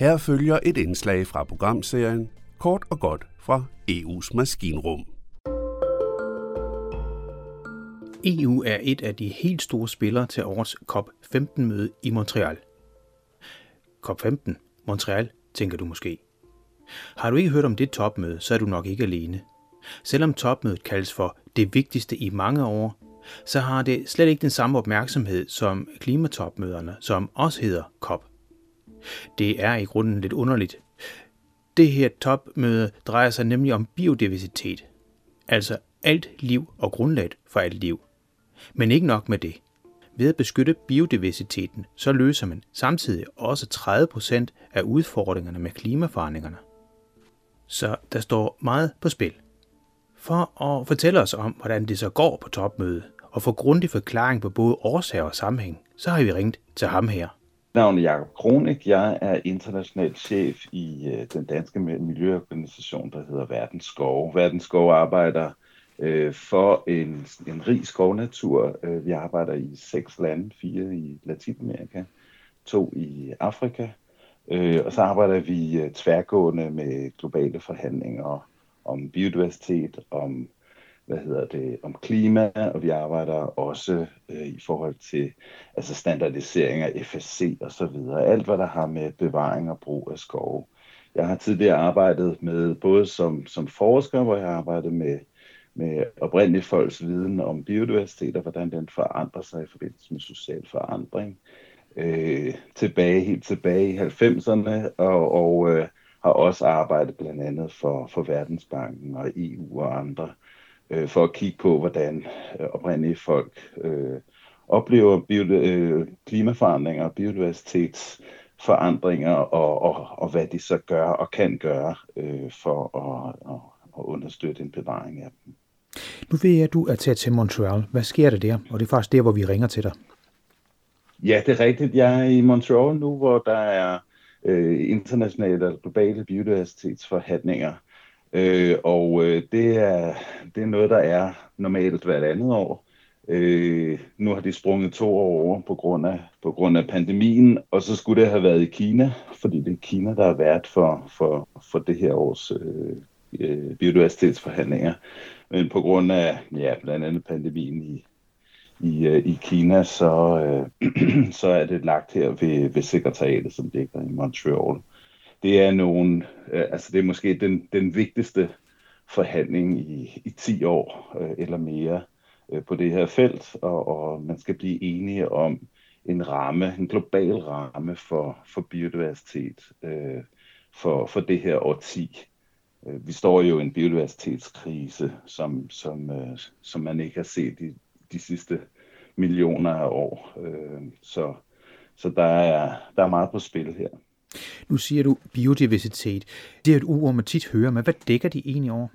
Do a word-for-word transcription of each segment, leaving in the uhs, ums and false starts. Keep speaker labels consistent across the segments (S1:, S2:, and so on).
S1: Her følger et indslag fra programserien Kort og godt fra E U's maskinrum.
S2: E U er et af de helt store spillere til årets COP femten-møde i Montreal. COP femten, Montreal, tænker du måske. Har du ikke hørt om det topmøde, så er du nok ikke alene. Selvom topmødet kaldes for det vigtigste i mange år, så har det slet ikke den samme opmærksomhed som klimatopmøderne, som også hedder COP. Det er i grunden lidt underligt. Det her topmøde drejer sig nemlig om biodiversitet, altså alt liv og grundlaget for alt liv. Men ikke nok med det. Ved at beskytte biodiversiteten, så løser man samtidig også tredive procent af udfordringerne med klimaforandringerne. Så der står meget på spil. For at fortælle os om, hvordan det så går på topmødet, og få grundig forklaring på både årsager og sammenhæng, så har vi ringet til ham her.
S3: Navnet er Jakob Kronik. Jeg er international chef i øh, den danske miljøorganisation, der hedder Verdens Skove. Verdens Skove arbejder øh, for en, en rig skovnatur. Øh, vi arbejder i seks lande, fire i Latinamerika, to i Afrika. Øh, og så arbejder vi øh, tværgående med globale forhandlinger om biodiversitet, om hvad hedder det, om klima, og vi arbejder også øh, i forhold til altså standardisering af F S C og så videre. Alt, hvad der har med bevaring og brug af skove. Jeg har tidligere arbejdet med, både som, som forsker, hvor jeg har arbejdet med, med oprindelige folks viden om biodiversitet, og hvordan den forandrer sig i forbindelse med social forandring. Øh, tilbage, helt tilbage i halvfemserne, og, og øh, har også arbejdet blandt andet for, for Verdensbanken og E U og andre, for at kigge på, hvordan oprindelige folk øh, oplever bio, øh, klimaforandringer og biodiversitetsforandringer, og, og, og hvad de så gør og kan gøre øh, for at, at, at understøtte en bevaring af dem.
S2: Nu ved jeg, at du er taget til Montreal. Hvad sker der der? Og det er faktisk der, hvor vi ringer til dig.
S3: Ja, det er rigtigt. Jeg er i Montreal nu, hvor der er øh, internationale og globale biodiversitetsforhandlinger. Øh, og øh, det, er, det er noget, der er normalt hvert andet år. Øh, nu har de sprunget to år over på grund, af, på grund af pandemien, og så skulle det have været i Kina, fordi det er Kina, der er vært for, for, for det her års øh, øh, biodiversitetsforhandlinger. Men på grund af ja, blandt andet pandemien i, i, øh, i Kina, så, øh, så er det lagt her ved, ved sekretariatet, som ligger i Montreal. Det er nogen, øh, altså det er måske den, den vigtigste forhandling i, i ti år øh, eller mere øh, på det her felt, og, og man skal blive enige om en ramme, en global ramme for, for biodiversitet øh, for, for det her årti. Vi står jo i en biodiversitetskrise, som, som, øh, som man ikke har set i de sidste millioner af år. Øh, så så der, er, der er meget på spil her.
S2: Nu siger du biodiversitet. Det er et ord, man tit hører, men hvad dækker de egentlig over?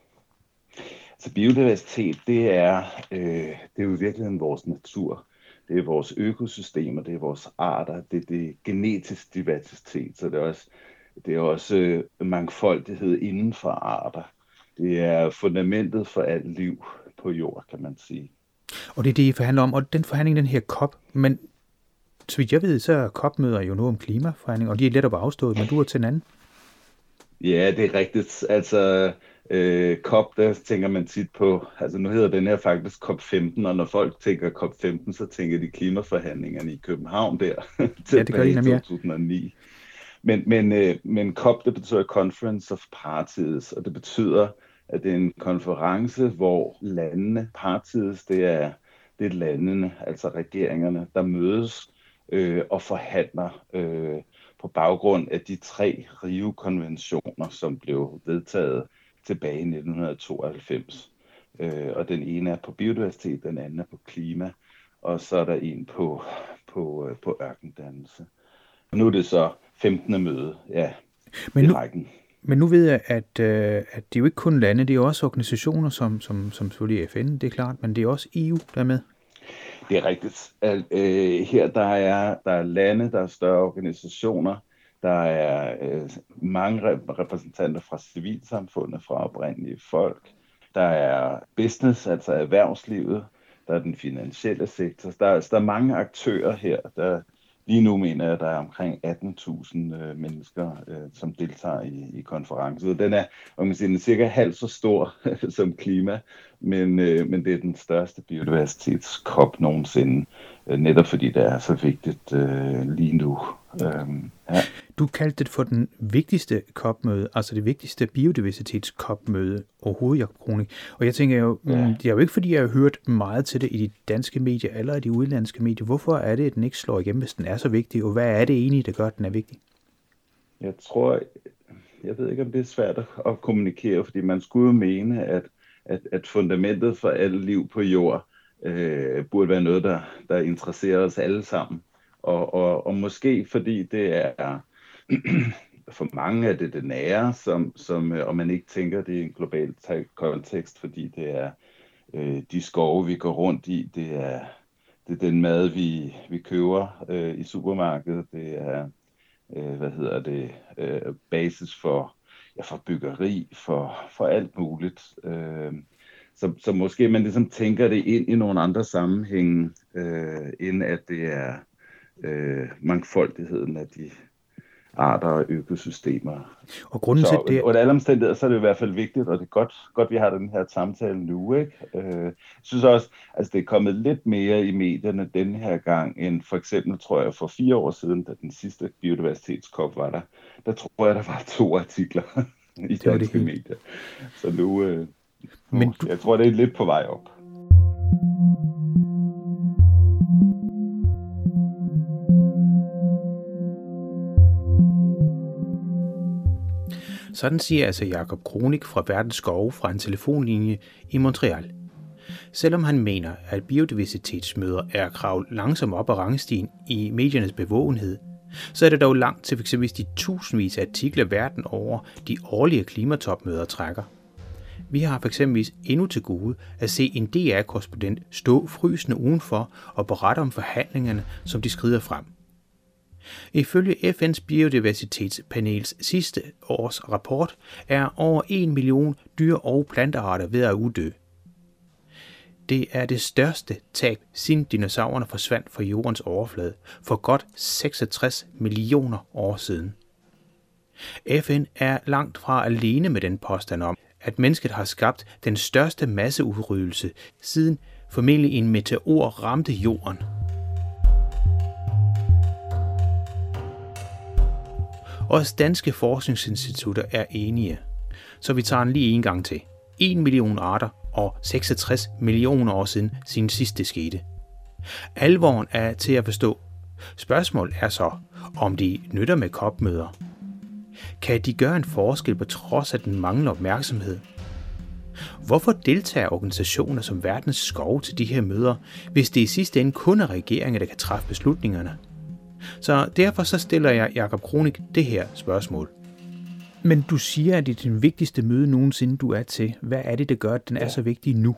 S3: Altså biodiversitet, det er, øh, det er jo i virkeligheden vores natur. Det er vores økosystemer, det er vores arter, det er det genetisk diversitet, så det er også, det er også øh, mangfoldighed inden for arter. Det er fundamentet for alt liv på jord, kan man sige.
S2: Og det er det, I forhandler om, og den forhandling, den her COP, men så vidt jeg ved, så er COP-møder jo nu om klimaforhandling, og de er let op afstået, men du er til en anden.
S3: Ja, det er rigtigt. Altså, øh, COP, der tænker man tit på, altså nu hedder den her faktisk COP femten, og når folk tænker COP femten, så tænker de klimaforhandlingerne i København der,
S2: ja, det gør de nemlig.
S3: to tusind og ni. Men, men, øh, men COP, det betyder Conference of Parties, og det betyder, at det er en konference, hvor landene, parties, det er, det er landene, altså regeringerne, der mødes øh, og forhandler øh, på baggrund af de tre Rio-konventioner, som blev vedtaget tilbage i nitten tooghalvfems. Øh, og den ene er på biodiversitet, den anden er på klima, og så er der en på, på, øh, på ørkendannelse. Og nu er det så femtende møde, ja,
S2: men
S3: i
S2: nu,
S3: rækken.
S2: Men nu ved jeg, at, øh, at det er jo ikke kun lande, det er også organisationer, som, som, som selvfølgelig F N, det er klart, men det er også E U, der er med.
S3: Det er rigtigt. Al, øh, her der er, der er lande, der er større organisationer, der er øh, mange rep- repræsentanter fra civilsamfundet, fra oprindelige folk. Der er business, altså erhvervslivet, der er den finansielle sektor. Der, der er mange aktører her, der, lige nu mener jeg, at der er omkring atten tusind øh, mennesker, øh, som deltager i, i konferencen. Den er, om man siger, den er cirka halvt så stor som klima, men, øh, men det er den største biodiversitetskop nogensinde, øh, netop fordi det er så vigtigt øh, lige nu. Øhm, ja.
S2: Du kaldte det for den vigtigste kopmøde, altså det vigtigste biodiversitetskopmøde overhovedet, Jacob Kronig. Og jeg tænker jo, ja. det er jo ikke fordi, jeg har hørt meget til det i de danske medier eller i de udenlandske medier. Hvorfor er det, at den ikke slår igennem, hvis den er så vigtig? Og hvad er det egentlig, der gør, at den er vigtig?
S3: Jeg tror, jeg ved ikke, om det er svært at kommunikere, fordi man skulle jo mene, at, at, at fundamentet for alt liv på jord øh, burde være noget, der, der interesserer os alle sammen. Og, og, og måske fordi det er for mange af det det nære, som, som, og man ikke tænker det i en global kontekst, fordi det er øh, de skove, vi går rundt i, det er, det er den mad, vi, vi køber øh, i supermarkedet, det er øh, hvad hedder det, øh, basis for, ja, for byggeri, for, for alt muligt. Øh, så, så måske man ligesom tænker det ind i nogle andre sammenhænge, øh, end at det er Øh, mangfoldigheden af de arter og økosystemer.
S2: Og grunden til det...
S3: Under alle omstændigheder, så er det i hvert fald vigtigt, og det er godt, godt vi har den her samtale nu, ikke? Øh, jeg synes også, altså det er kommet lidt mere i medierne denne her gang, end for eksempel, tror jeg, for fire år siden, da den sidste biodiversitetskop var der, der tror jeg, der var to artikler i danske medier. Så nu, øh, Men nu du... jeg tror, det er lidt på vej op.
S2: Sådan siger altså Jacob Kronig fra Verdens Skove fra en telefonlinje i Montreal. Selvom han mener, at biodiversitetsmøder er kravet langsomt op ad rangstigen i mediernes bevågenhed, så er det dog langt til f.eks. de tusindvis af artikler verden over de årlige klimatopmøder trækker. Vi har f.eks. endnu til gode at se en D R-korrespondent stå frysende udenfor og berette om forhandlingerne, som de skrider frem. Ifølge F N's biodiversitetspanels sidste års rapport er over en million dyr- og plantearter ved at uddø. Det er det største tab, siden dinosaurerne forsvandt fra jordens overflade for godt seksogtres millioner år siden. F N er langt fra alene med den påstand om, at mennesket har skabt den største masseudryddelse, siden formentlig en meteor ramte jorden. Også danske forskningsinstitutter er enige, så vi tager den lige en gang til. en million arter og seksogtres millioner år siden, siden sidst det skete. Alvoren er til at forstå. Spørgsmålet er så, om de nytter med kopmøder. Kan de gøre en forskel på trods af den manglende opmærksomhed? Hvorfor deltager organisationer som Verdens Skove til de her møder, hvis det i sidste ende kun er regeringer, der kan træffe beslutningerne? Så derfor så stiller jeg Jacob Kronig det her spørgsmål. Men du siger, at det er den vigtigste møde nogensinde, du er til. Hvad er det, der gør, at den er så vigtig nu?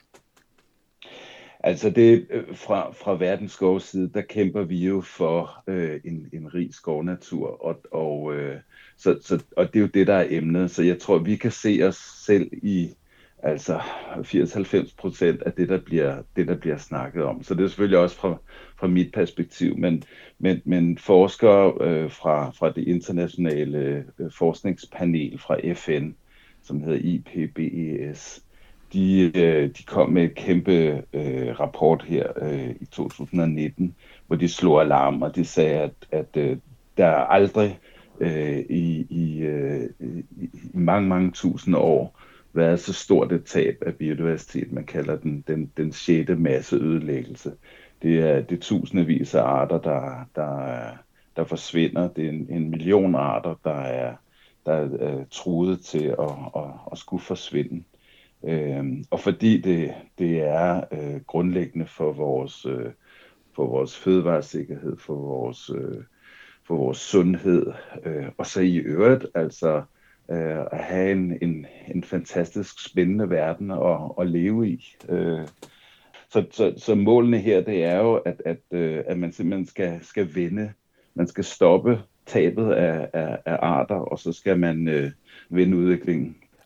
S3: Altså det, fra, fra Verdens Skoves side, der kæmper vi jo for øh, en, en rig skovnatur, og, og, øh, så, så, og det er jo det, der er emnet. Så jeg tror, vi kan se os selv i altså firs til halvfems procent af det der, bliver, det, der bliver snakket om. Så det er selvfølgelig også fra, fra mit perspektiv, men, men, men forskere øh, fra, fra det internationale øh, forskningspanel fra F N, som hedder I P B E S, de, øh, de kom med et kæmpe øh, rapport her øh, i to tusind nitten, hvor de slog alarm, og de sagde, at, at øh, der er aldrig øh, i, i, øh, i mange, mange tusinde år været så stort et tab af biodiversitet, man kalder den den, den sjette masseødelæggelse. Det er det tusindvis af arter, der, der, der forsvinder. Det er en, en million arter, der er, der er truet til at, at, at skulle forsvinde. Øhm, og fordi det, det er øh, grundlæggende for vores, øh, for vores fødevaresikkerhed, for vores, øh, for vores sundhed, øh, og så i øvrigt altså øh, at have en, en, en fantastisk spændende verden at, at leve i. Øh, så, så, så målene her, det er jo, at, at, øh, at man simpelthen skal, skal vende, man skal stoppe tabet af, af, af arter, og så skal man øh, vende udviklingen.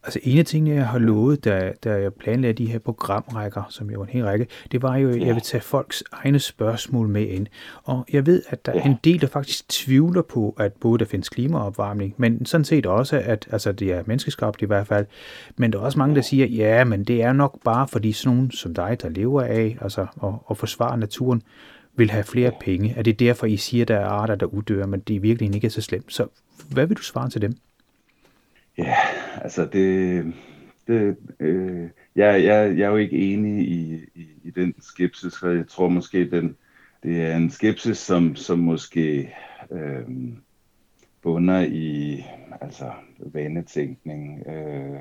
S2: Altså en af tingene, jeg har lovet, da, da jeg planlagde de her programrækker, som jo var en hel række, det var jo, at jeg vil tage folks egne spørgsmål med ind. Og jeg ved, at der er en del, der faktisk tvivler på, at både der findes klimaopvarmning, men sådan set også, at altså, det er menneskeskabt i hvert fald. Men der er også mange, der siger, ja, men det er nok bare fordi sådan nogen som dig, der lever af altså, at, at forsvare naturen, vil have flere penge. Er det derfor, I siger, at der er arter, der uddør, men det virkelig ikke er så slemt? Så hvad vil du svare til dem?
S3: Ja, altså det, det øh, jeg, jeg, jeg er jo ikke enig i, i, i den skepsis, for jeg tror måske, den, det er en skepsis, som, som måske øh, bunder i altså, vanetænkning. Øh,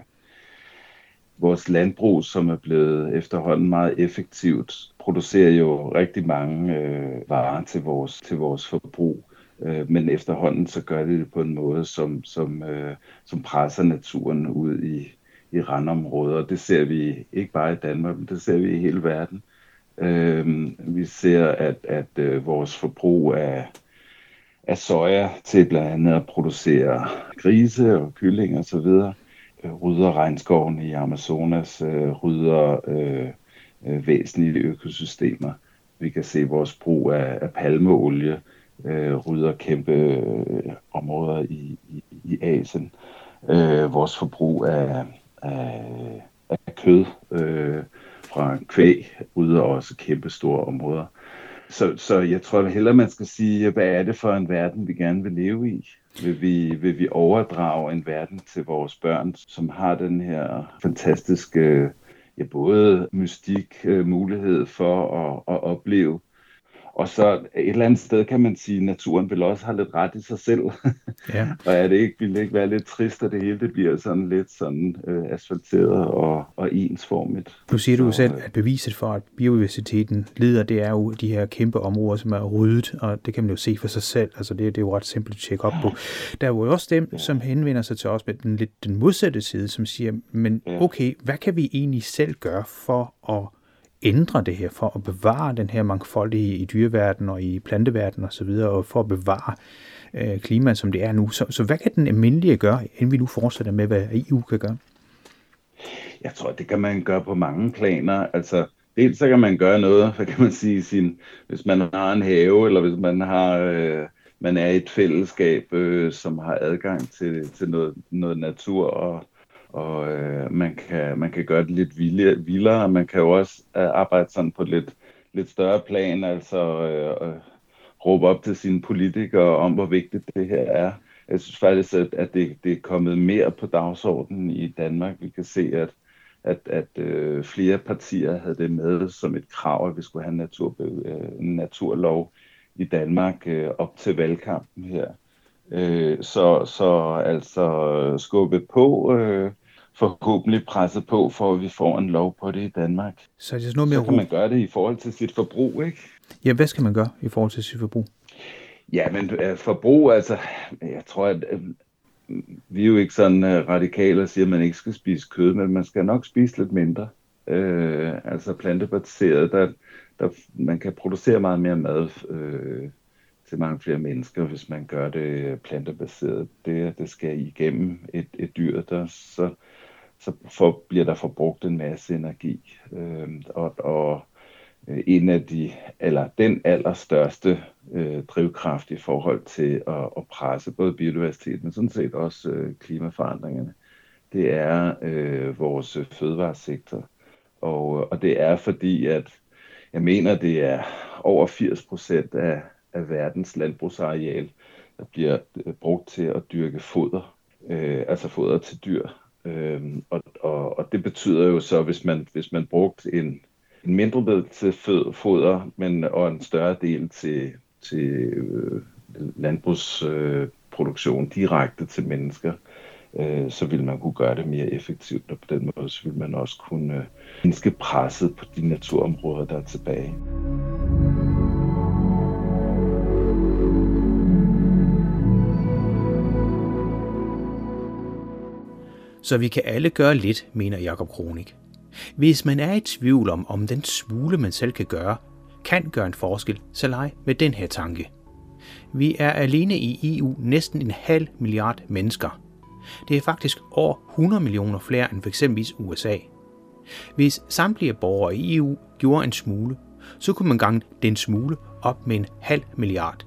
S3: vores landbrug, som er blevet efterhånden meget effektivt, producerer jo rigtig mange øh, varer til vores, til vores forbrug. Men efterhånden så gør det det på en måde, som, som, øh, som presser naturen ud i, i randområder. Det ser vi ikke bare i Danmark, men det ser vi i hele verden. Øh, vi ser, at, at øh, vores forbrug af, af soja til blandt andet at producere grise og kylling og så videre, øh, rydder regnskoven i Amazonas, øh, rydder øh, øh, væsentlige økosystemer. Vi kan se vores brug af, af palmeolie, Øh, rydder kæmpe øh, områder i, i, i Asien. Øh, vores forbrug af, af, af kød øh, fra kvæg rydder også kæmpe store områder. Så, så jeg tror hellere, man skal sige, hvad er det for en verden, vi gerne vil leve i? Vil vi, vil vi overdrage en verden til vores børn, som har den her fantastiske, ja, både mystik, øh, mulighed for at, at opleve. Og så et eller andet sted kan man sige, at naturen vil også have lidt ret i sig selv. Ja. Og er det ikke, vil det ikke være lidt trist, at det hele det bliver sådan lidt sådan øh, asfalteret og, og ensformigt.
S2: Nu siger du jo selv, at beviset for, at biodiversiteten lider, det er jo de her kæmpe områder, som er ryddet, og det kan man jo se for sig selv. Altså det, det er jo ret simpelt at tjekke op på. Der er jo også dem, ja. som henvender sig til os med den lidt den modsatte side, som siger, men okay, hvad kan vi egentlig selv gøre for at ændre det her, for at bevare den her mangfoldighed i dyreverdenen og i planteverdenen og så videre, og for at bevare øh, klimaet, som det er nu. Så, så hvad kan den almindelige gøre, inden vi nu fortsætter med, hvad E U kan gøre?
S3: Jeg tror, det kan man gøre på mange planer. Altså, dels så kan man gøre noget, hvad kan man sige, sin, hvis man har en have, eller hvis man har, øh, man er i et fællesskab, øh, som har adgang til, til noget, noget natur, og Og øh, man, kan, man kan gøre det lidt vildere, vildere. Man kan jo også øh, arbejde sådan på et lidt, lidt større plan, altså øh, øh, råbe op til sine politikere om, hvor vigtigt det her er. Jeg synes faktisk, at, at det, det er kommet mere på dagsordenen i Danmark. Vi kan se, at, at, at øh, flere partier havde det med som et krav, at vi skulle have en, natur, øh, en naturlov i Danmark øh, op til valgkampen her. Øh, så, så altså skubbe på, øh, forhåbentlig presse på, for at vi får en lov på det i Danmark.
S2: Så, det er noget med
S3: så kan man gøre det i forhold til sit forbrug, ikke?
S2: Ja, hvad skal man gøre i forhold til sit forbrug?
S3: Ja, men uh, forbrug, altså, jeg tror, at uh, vi er jo ikke sådan uh, radikale og siger, at man ikke skal spise kød, men man skal nok spise lidt mindre. Uh, altså plantebaseret, der, der, man kan producere meget mere mad uh, til mange flere mennesker, hvis man gør det plantebaseret. Det, det skal igennem et, et dyr, der så, så for, bliver der forbrugt en masse energi. Øh, og, og en af de, eller den allerstørste øh, drivkraft i forhold til at, at presse både biodiversiteten, men sådan set også øh, klimaforandringerne, det er øh, vores fødevaresektor. Og, og det er fordi, at jeg mener, det er over firs procent af af verdens landbrugsareal, der bliver brugt til at dyrke foder, øh, altså foder til dyr. Øh, og, og, og det betyder jo så, hvis man, hvis man brugte en, en mindre del til foder, men og en større del til, til øh, landbrugsproduktion øh, direkte til mennesker, øh, så vil man kunne gøre det mere effektivt, og på den måde så vil man også kunne øh, mindske presset på de naturområder, der er tilbage.
S2: Så vi kan alle gøre lidt, mener Jakob Kronig. Hvis man er i tvivl om, om den smule, man selv kan gøre, kan gøre en forskel, så leg med den her tanke. Vi er alene i E U næsten en halv milliard mennesker. Det er faktisk over hundrede millioner flere end f.eks. U S A. Hvis samtlige borgere i E U gjorde en smule, så kunne man gange den smule op med en halv milliard.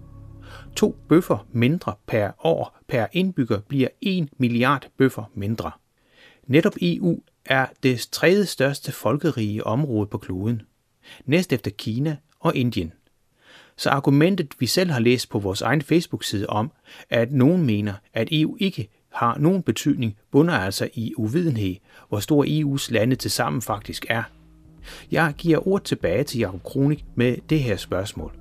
S2: To bøffer mindre per år per indbygger bliver en milliard bøffer mindre. Netop E U er det tredje største folkerige område på kloden, næst efter Kina og Indien. Så argumentet, vi selv har læst på vores egen Facebook-side om, at nogen mener, at E U ikke har nogen betydning, bunder altså i uvidenhed, hvor stor E U's lande tilsammen faktisk er. Jeg giver ord tilbage til Jakob Kronig med det her spørgsmål.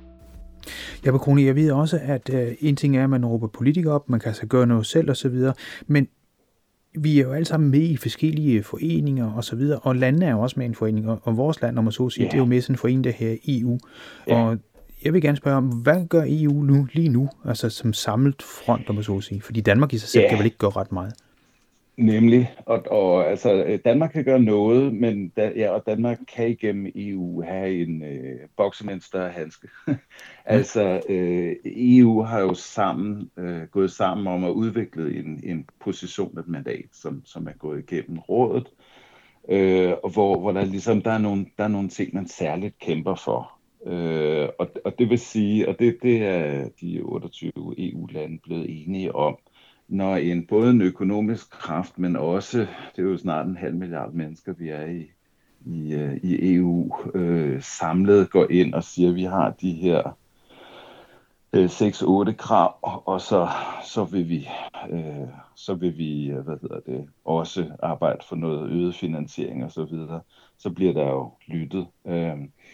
S4: Jakob Kronig, jeg ved også, at uh, en ting er, at man råber politikere op, man kan så gøre noget selv osv., men vi er jo alle sammen med i forskellige foreninger og så videre, og landene er jo også med i en forening, og vores land, når man så siger, yeah. det er jo med sådan en forening, der her E U. Yeah. Og jeg vil gerne spørge om, hvad gør E U nu, lige nu, altså som samlet front, om man så sige? Fordi Danmark i sig selv yeah. kan vel ikke gøre ret meget?
S3: Nemlig, og, og altså Danmark kan gøre noget, men da, ja, og Danmark kan igennem E U have en øh, bokse med en større handske. altså øh, E U har jo sammen øh, gået sammen om at udvikle en, en position, et mandat, som, som er gået igennem rådet, øh, og hvor, hvor der ligesom der er nogle der er nogle ting, man særligt kæmper for. Øh, og, og det vil sige, og det, det er de otteogtyve E U-lande blevet enige om, når en både en økonomisk kraft, men også, det er jo snart en halv milliard mennesker, vi er i, i, i E U, øh, samlet går ind og siger, at vi har de her øh, seks otte krav, og så, så vil vi, øh, så vil vi hvad hedder det, også arbejde for noget øget finansiering og så videre. Så bliver der jo lyttet. Øh,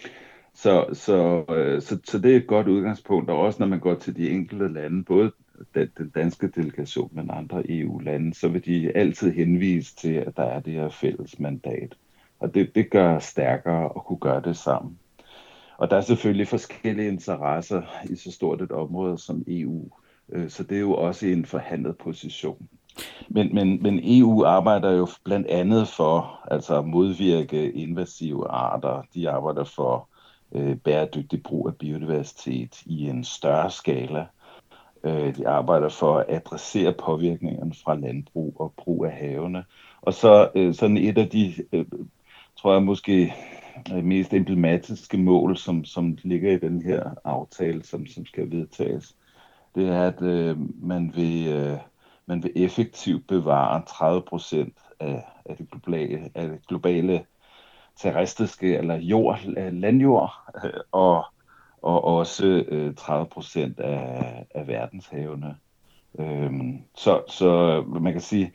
S3: så, så, øh, så, så det er et godt udgangspunkt, og også når man går til de enkelte lande, både den, den danske delegation, men andre E U-lande, så vil de altid henvise til, at der er det her fælles mandat. Og det, det gør stærkere at kunne gøre det sammen. Og der er selvfølgelig forskellige interesser i så stort et område som E U, så det er jo også en forhandlet position. Men, men, men E U arbejder jo blandt andet for altså at modvirke invasive arter. De arbejder for øh, bæredygtig brug af biodiversitet i en større skala. De arbejder for at adressere påvirkningerne fra landbrug og brug af havene. Og så sådan et af de, tror jeg måske, mest emblematiske mål, som, som ligger i den her aftale, som, som skal vedtages, det er, at øh, man, vil, øh, man vil effektivt bevare tredive procent af, af det globale, af det globale terrestriske eller jord, landjord, og og også øh, tredive procent af, af verdenshavene. Øhm, så, så man kan sige,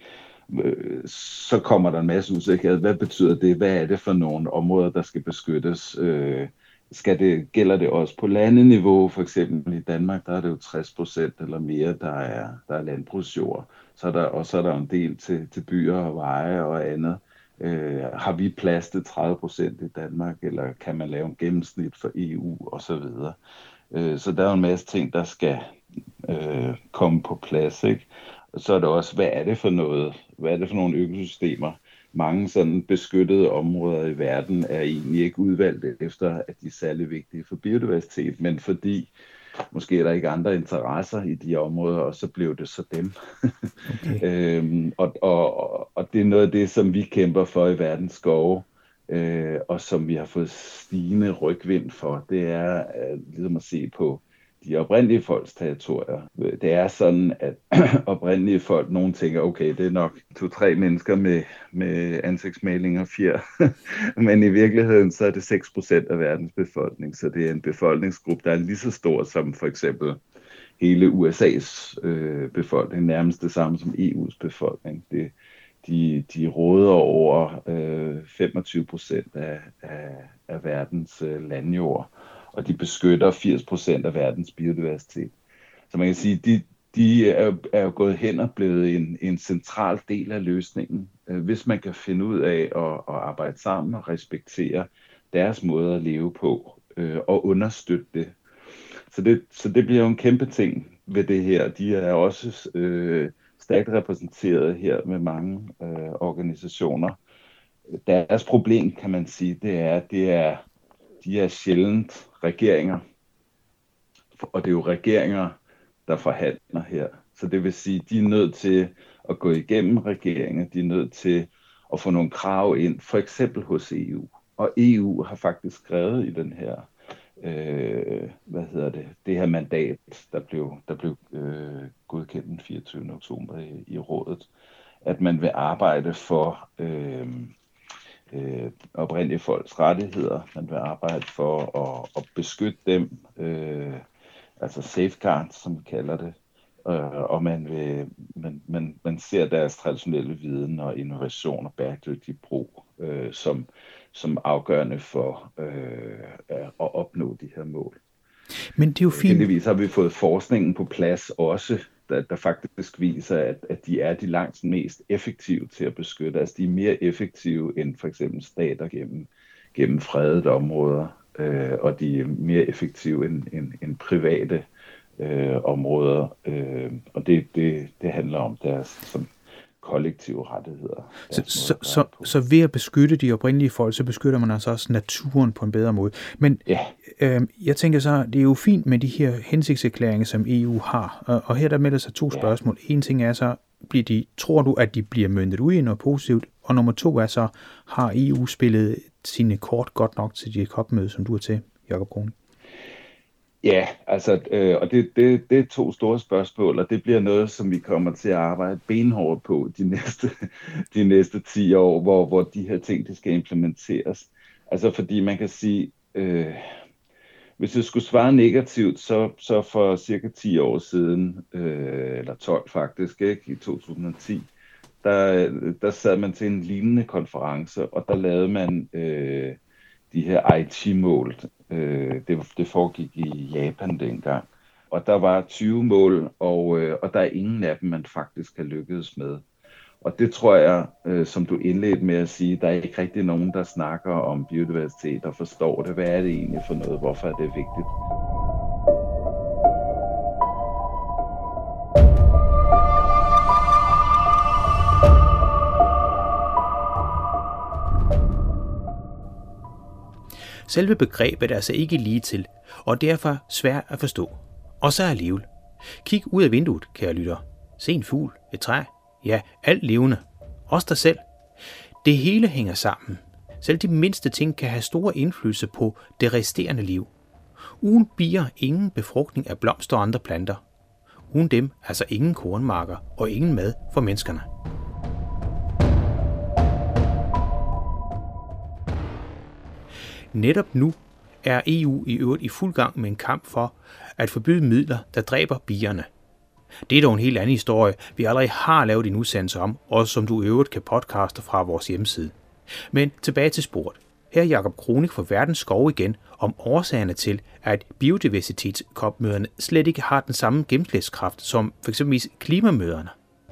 S3: øh, så kommer der en masse usikkerhed. Hvad betyder det? Hvad er det for nogle områder, der skal beskyttes? Øh, skal det, gælder det også på landeniveau? For eksempel i Danmark, der er det jo tres procent eller mere, der er, der er landbrugsjord. Så er der, og så er der en del til, til byer og veje og andet. Øh, har vi plads til tredive procent i Danmark, eller kan man lave en gennemsnit for E U og så videre. Øh, så der er jo en masse ting, der skal øh, komme på plads, ikke? Og så er det også, hvad er det for noget? Hvad er det for nogle økosystemer? Mange sådan beskyttede områder i verden er egentlig ikke udvalgt efter, at de er særlig vigtige for biodiversitet, men fordi måske er der ikke andre interesser i de områder, og så blev det så dem. Okay. øhm, og, og, og det er noget af det, som vi kæmper for i verdens skove, øh, og som vi har fået stigende rygvind for, det er øh, ligesom at se på de oprindelige folks territorier. Det er sådan, at oprindelige folk, nogen tænker, okay, det er nok to-tre mennesker med, med ansigtsmaling og fjer, men i virkeligheden så er det seks procent af verdens befolkning, så det er en befolkningsgruppe, der er lige så stor som for eksempel hele U S A's øh, befolkning, nærmest det samme som E U's befolkning. Det, de, de råder over øh, femogtyve procent af, af, af verdens øh, landjord, og de beskytter firs procent af verdens biodiversitet. Så man kan sige, at de, de er, er jo gået hen og blevet en, en central del af løsningen, hvis man kan finde ud af at, at arbejde sammen og respektere deres måde at leve på øh, og understøtte det. Så, det. så det bliver jo en kæmpe ting ved det her. De er også øh, stærkt repræsenteret her med mange øh, organisationer. Deres problem, kan man sige, det er, det er de er sjældent regeringer, og det er jo regeringer, der forhandler her. Så det vil sige, de er nødt til at gå igennem regeringen, de er nødt til at få nogle krav ind, for eksempel hos E U. Og E U har faktisk skrevet i den her, øh, hvad hedder det, det her mandat, der blev, der blev øh, godkendt den fireogtyvende oktober i, i rådet, at man vil arbejde for øh, øh, oprindelige folks rettigheder, man vil arbejde for at, at beskytte dem, øh, altså safeguards, som vi kalder det, øh, og man, vil, man, man, man ser deres traditionelle viden og innovation og bæredygtig brug øh, som, som afgørende for øh, at opnå de her mål.
S4: Men det er jo fint.
S3: Heldigvis har vi fået forskningen på plads også, der, der faktisk viser, at, at de er de langt mest effektive til at beskytte. Altså de er mere effektive end for eksempel stater gennem, gennem fredede områder, øh, og de er mere effektive end, end, end private øh, områder. Øh, og det, det, det handler om deres som kollektive rettigheder.
S4: Så, så, så, så ved at beskytte de oprindelige folk, så beskytter man altså også naturen på en bedre måde. Men
S3: ja. øh,
S4: jeg tænker så, det er jo fint med de her hensigtserklæringer, som E U har. Og, og her der melder sig to ja. spørgsmål. En ting er så, bliver de, tror du, at de bliver møntet ud i noget positivt? Og nummer to er så, har E U spillet sine kort godt nok til de C O P-møde, som du er til, Jakob Kronig?
S3: Ja, altså, øh, og det, det, det er to store spørgsmål, og det bliver noget, som vi kommer til at arbejde benhårdt på de næste, de næste ti år, hvor, hvor de her ting, de skal implementeres. Altså, fordi man kan sige, øh, hvis jeg skulle svare negativt, så, så for cirka ti år siden, øh, eller tolv faktisk, ikke, i to tusind og ti, der, der sad man til en lignende konference, og der lavede man øh, de her I T-mål. Det, det foregik i Japan dengang. Og der var tyve mål, og, og der er ingen af dem, man faktisk har lykkedes med. Og det tror jeg, som du indledte med at sige, der er ikke rigtig nogen, der snakker om biodiversitet og forstår det. Hvad er det egentlig for noget? Hvorfor er det vigtigt?
S2: Selve begrebet er altså ikke lige til, og derfor svært at forstå. Og så alligevel. Kig ud af vinduet, kære lytter. Se en fugl, et træ, ja, alt levende. Også dig selv. Det hele hænger sammen. Selv de mindste ting kan have stor indflydelse på det resterende liv. Uden bier ingen befrugtning af blomster og andre planter. Uden dem altså ingen kornmarker og ingen mad for menneskerne. Netop nu er E U i øvrigt i fuld gang med en kamp for at forbyde midler, der dræber bierne. Det er dog en helt anden historie, vi allerede har lavet en udsendelse om, og som du i øvrigt kan podcaste fra vores hjemmeside. Men tilbage til sporet. Her er Jakob Kronig fra Verdens Skov igen om årsagerne til, at biodiversitets-C O P-møderne slet ikke har den samme gennemslagskraft som f.eks. klimamøderne.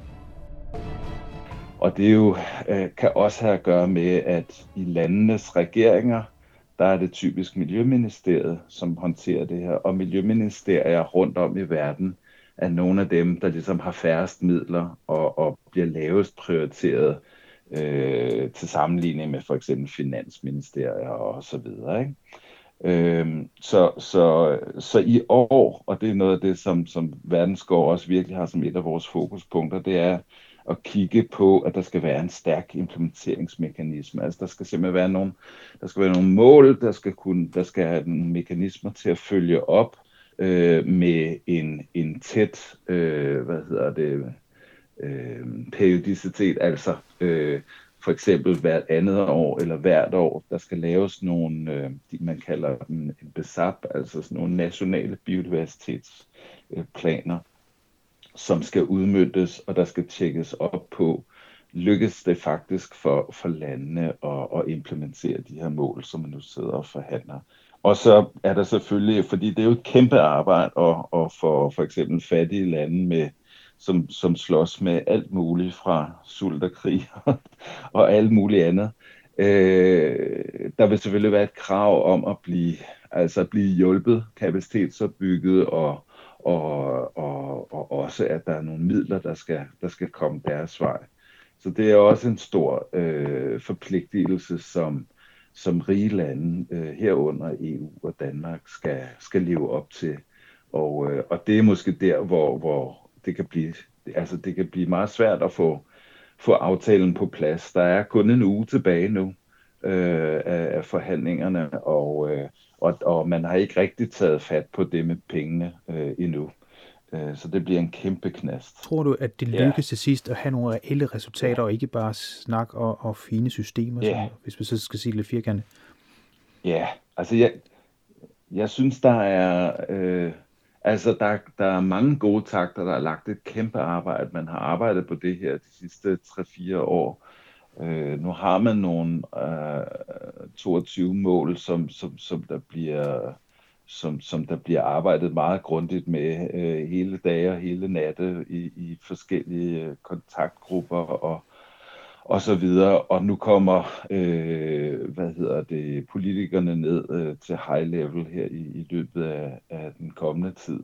S3: Og det jo øh, kan også have at gøre med, at i landenes regeringer, der er det typisk Miljøministeriet, som håndterer det her. Og miljøministerier rundt om i verden er nogle af dem, der ligesom har færrest midler og, og bliver lavest prioriteret øh, til sammenligning med for eksempel finansministerier og så videre. Ikke? Øhm, så, så, så i år, og det er noget af det, som, som Verdens Skov også virkelig har som et af vores fokuspunkter, det er at kigge på, at der skal være en stærk implementeringsmekanisme. Altså der skal simpelthen være nogle, der skal være nogle mål, der skal kunne, der skal have nogle mekanismer til at følge op øh, med en, en tæt, øh, hvad hedder det, øh, periodicitet, altså øh, for eksempel hvert andet år eller hvert år, der skal laves nogle, øh, de man kalder dem en B S A P, altså sådan nogle nationale biodiversitetsplaner, øh, som skal udmøntes, og der skal tjekkes op på, lykkes det faktisk for, for landene at, at implementere de her mål, som man nu sidder og forhandler. Og så er der selvfølgelig, fordi det er jo et kæmpe arbejde at, at få for eksempel fattige lande, med, som, som slås med alt muligt fra sult og krig og alt muligt andet. Øh, der vil selvfølgelig være et krav om at blive, altså at blive hjulpet, kapacitetsopbygget og Og, og, og også, at der er nogle midler, der skal, der skal komme deres vej. Så det er også en stor øh, forpligtelse, som, som rige lande øh, herunder E U og Danmark skal, skal leve op til. Og, øh, og det er måske der, hvor, hvor det kan blive, altså det kan blive meget svært at få, få aftalen på plads. Der er kun en uge tilbage nu øh, af, af forhandlingerne, og, øh, og, og man har ikke rigtig taget fat på det med pengene øh, endnu. Øh, så det bliver en kæmpe knast.
S4: Tror du, at det lykkes ja. til sidst at have nogle reelle resultater, ja. og ikke bare snak og, og fine systemer, ja. som, hvis vi så skal sige lidt firkantet?
S3: Ja, altså jeg, jeg synes, der er, øh, altså der, der er mange gode takter, der er lagt et kæmpe arbejde. Man har arbejdet på det her de sidste tre fire år. Øh, nu har man nogle øh, toogtyve mål, som, som, som, der bliver, som, som der bliver arbejdet meget grundigt med øh, hele dage og hele natte i, i forskellige kontaktgrupper og og så videre, og nu kommer øh, hvad hedder det, politikerne ned øh, til high level her i, i løbet af, af den kommende tid.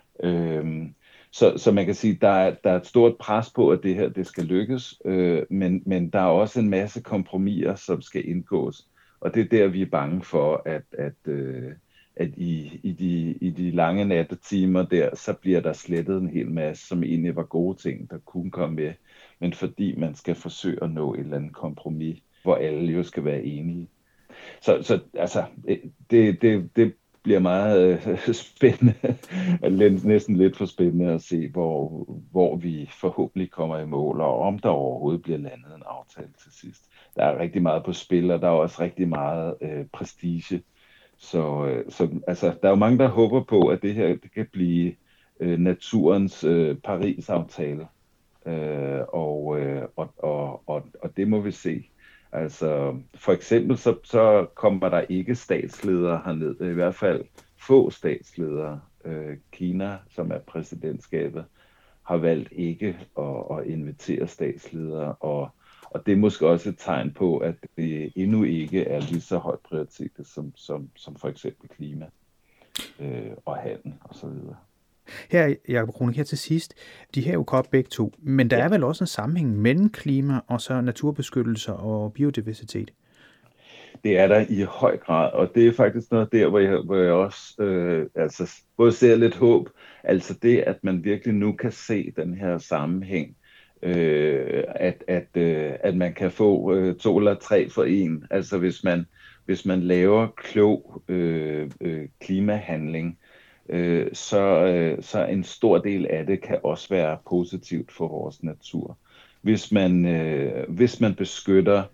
S3: Øhm, så, så man kan sige, der er der er et stort pres på, at det her det skal lykkes, øh, men men der er også en masse kompromiser, som skal indgås, og det er der vi er bange for, at at øh, at i i de i de lange nattetimer der, så bliver der slettet en hel masse, som egentlig var gode ting, der kunne komme med. Men fordi man skal forsøge at nå et eller andet kompromis, hvor alle jo skal være enige. Så, så altså, det, det, det bliver meget øh, spændende, næsten lidt for spændende at se, hvor, hvor vi forhåbentlig kommer i mål, og om der overhovedet bliver landet en aftale til sidst. Der er rigtig meget på spil, og der er også rigtig meget øh, prestige. Så, øh, så altså, der er jo mange, der håber på, at det her det kan blive øh, naturens øh, Paris-aftale. Øh, og, øh, og, og, og, og det må vi se. Altså, for eksempel så, så kommer der ikke statsledere herned, i hvert fald få statsledere. Øh, Kina, som er præsidentskabet, har valgt ikke at, at invitere statsledere, og, og det er måske også et tegn på, at det endnu ikke er lige så højt prioritet som, som, som for eksempel klima øh, og handel osv.
S4: Her, Jakob Kronig, her til sidst, de her er jo godt begge to, men der ja. er vel også en sammenhæng mellem klima og så naturbeskyttelse og biodiversitet?
S3: Det er der i høj grad, og det er faktisk noget der, hvor jeg, hvor jeg også øh, altså, både ser lidt håb, altså det, at man virkelig nu kan se den her sammenhæng, øh, at, at, øh, at man kan få øh, to eller tre for en, altså hvis man, hvis man laver klog øh, øh, klimahandling, Øh, så, øh, så en stor del af det kan også være positivt for vores natur. Hvis man, øh, hvis man beskytter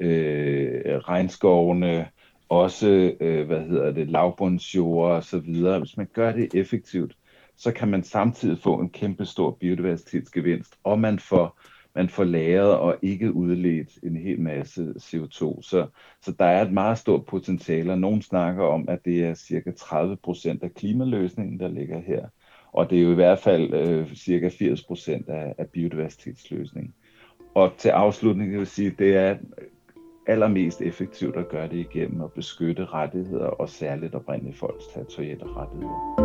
S3: øh, regnskovene, også øh, hvad hedder det, lavbundsjord og så videre, hvis man gør det effektivt, så kan man samtidig få en kæmpe stor biodiversitetsgevinst, og man får man får lagret og ikke udledt en hel masse C O to. Så, så der er et meget stort potentiale, og nogen snakker om, at det er cirka tredive procent af klimaløsningen, der ligger her. Og det er jo i hvert fald øh, cirka firs procent af, af biodiversitetsløsningen. Og til afslutning vil jeg sige, at det er allermest effektivt at gøre det igennem at beskytte rettigheder, og særligt oprindelige folks territorielle rettigheder.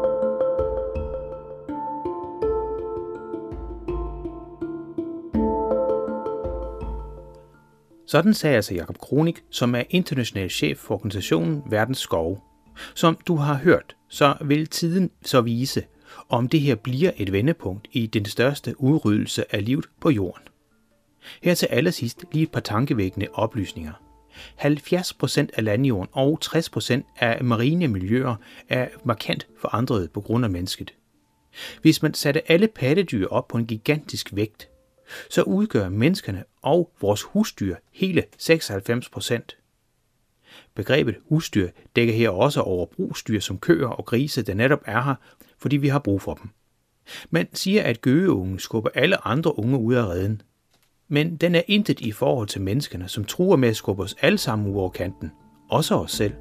S4: Sådan sagde altså Jakob Kronig, som er international chef for organisationen Verdens Skove. Som du har hørt, så vil tiden så vise, om det her bliver et vendepunkt i den største udryddelse af livet på jorden. Her til allersidst lige et par tankevækkende oplysninger. halvfjerds procent af landjorden og tres procent af marine miljøer er markant forandret på grund af mennesket. Hvis man satte alle pattedyr op på en gigantisk vægt, så udgør menneskerne og vores husdyr hele seksoghalvfems procent. Begrebet husdyr dækker her også over brugsdyr som køer og grise, der netop er her, fordi vi har brug for dem. Man siger, at gøgeungen skubber alle andre unge ud af reden. Men den er intet i forhold til menneskerne, som truer med at skubbe os alle sammen ud over kanten. Også os selv.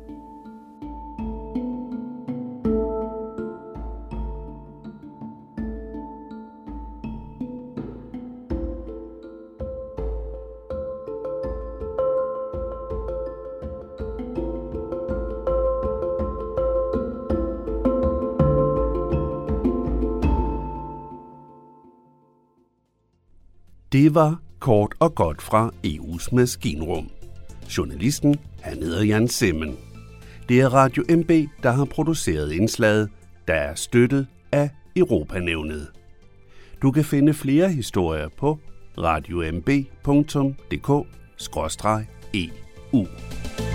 S1: Det var kort og godt fra E U's Maskinrum. Journalisten, han hedder Jan Simmen. Det er Radio M B, der har produceret indslaget, der er støttet af Europanævnet. Du kan finde flere historier på radio m b punktum d k skråstreg e u.